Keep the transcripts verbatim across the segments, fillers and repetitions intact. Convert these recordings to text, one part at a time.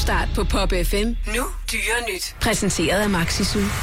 Topstart på Pop F M. Nu dyre nyt. Præsenteret af Maxi Zoo.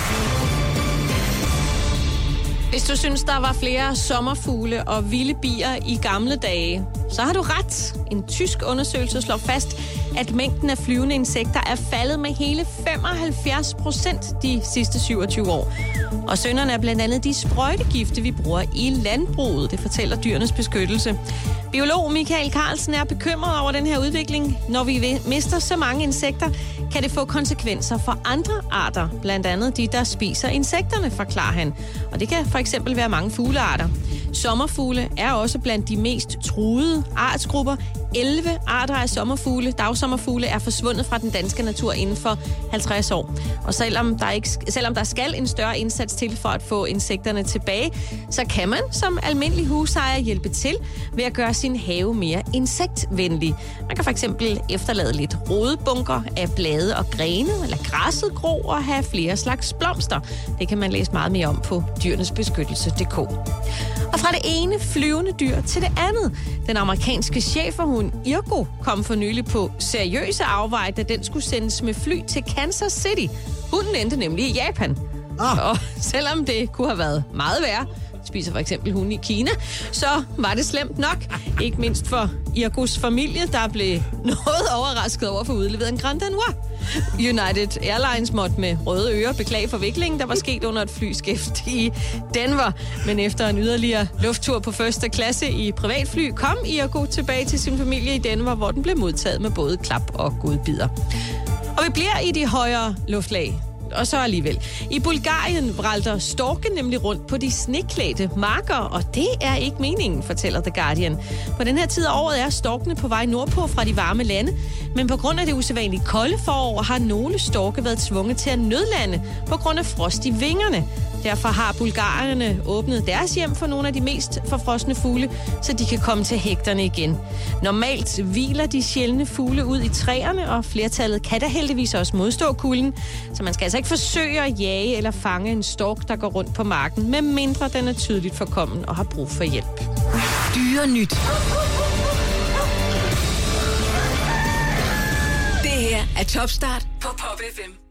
Hvis du synes, der var flere sommerfugle og vilde bier i gamle dage, så har du ret. En tysk undersøgelse slår fast, at mængden af flyvende insekter er faldet med hele femoghalvfjerds procent de sidste syvogtyve år. Og synderne er blandt andet de sprøjtegifte, vi bruger i landbruget. Det fortæller Dyrenes Beskyttelse. Biolog Michael Carlsen er bekymret over den her udvikling. Når vi mister så mange insekter, kan det få konsekvenser for andre arter. Blandt andet de, der spiser insekterne, forklarer han. Og det kan for eksempel være mange fuglearter. Sommerfugle er også blandt de mest truede artsgrupper. elleve arter af sommerfugle, dagsommerfugle, er forsvundet fra den danske natur inden for halvtreds år. Og selvom der, ikke, selvom der skal en større indsats til for at få insekterne tilbage, så kan man som almindelig husejer hjælpe til ved at gøre sin have mere insektvenlig. Man kan for eksempel efterlade lidt rodebunker af blade og grene, eller græsset gro og have flere slags blomster. Det kan man læse meget mere om på dyrenes beskyttelse punktum d k. Og fra det ene flyvende dyr til det andet. Den amerikanske schæferhund Irgo kom for nylig på seriøse afveje, da den skulle sendes med fly til Kansas City. Hunden endte nemlig i Japan. Ah. Og selvom det kunne have været meget værre, spiser for eksempel hunde i Kina, så var det slemt nok. Ikke mindst for Irgos familie, der blev noget overrasket over for udleveret en Grand Danois. United Airlines måtte med røde ører beklage forviklingen, der var sket under et flyskift i Denver. Men efter en yderligere lufttur på første klasse i privatfly, kom Irgo tilbage til sin familie i Denver, hvor den blev modtaget med både klap og godbidder. Og vi bliver i de højere luftlag. Og så alligevel. I Bulgarien vralter storke nemlig rundt på de sneklædte marker, og det er ikke meningen, fortæller The Guardian. På den her tid af året er storkene på vej nordpå fra de varme lande, men på grund af det usædvanligt kolde forår har nogle storke været tvunget til at nødlande på grund af frost i vingerne. Derfor har bulgarerne åbnet deres hjem for nogle af de mest forfrosne fugle, så de kan komme til hægterne igen. Normalt hviler de sjældne fugle ud i træerne, og flertallet kan da heldigvis også modstå kulden. Så man skal altså ikke forsøge at jage eller fange en stork, der går rundt på marken, medmindre den er tydeligt forkommen og har brug for hjælp. Dyre nyt. Det her er Topstart på Pop F M.